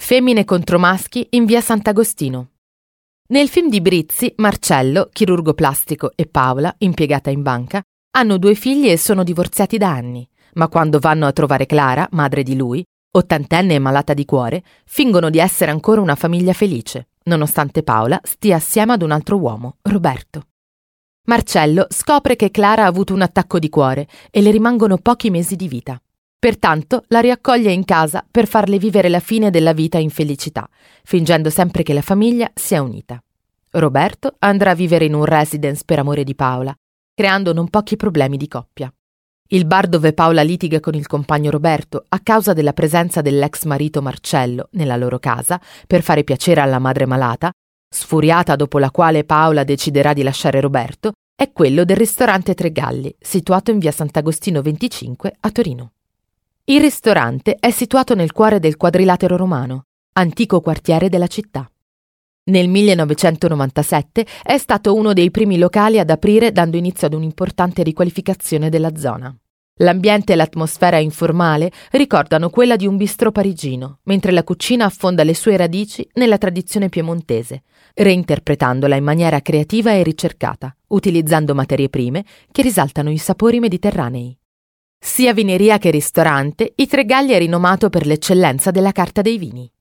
Femmine contro maschi in via Sant'Agostino. Nel film di Brizzi, Marcello, chirurgo plastico, e Paola, impiegata in banca, hanno 2 figli e sono divorziati da anni, ma quando vanno a trovare Clara, madre di lui, ottantenne e malata di cuore, fingono di essere ancora una famiglia felice, nonostante Paola stia assieme ad un altro uomo, Roberto. Marcello scopre che Clara ha avuto un attacco di cuore e le rimangono pochi mesi di vita. Pertanto la riaccoglie in casa per farle vivere la fine della vita in felicità, fingendo sempre che la famiglia sia unita. Roberto andrà a vivere in un residence per amore di Paola, creando non pochi problemi di coppia. Il bar dove Paola litiga con il compagno Roberto a causa della presenza dell'ex marito Marcello nella loro casa per fare piacere alla madre malata, sfuriata dopo la quale Paola deciderà di lasciare Roberto, è quello del ristorante Tre Galli, situato in via Sant'Agostino 25 a Torino. Il ristorante è situato nel cuore del Quadrilatero Romano, antico quartiere della città. Nel 1997 è stato uno dei primi locali ad aprire, dando inizio ad un'importante riqualificazione della zona. L'ambiente e l'atmosfera informale ricordano quella di un bistrò parigino, mentre la cucina affonda le sue radici nella tradizione piemontese, reinterpretandola in maniera creativa e ricercata, utilizzando materie prime che risaltano i sapori mediterranei. Sia vineria che ristorante, i Tre Galli è rinomato per l'eccellenza della carta dei vini.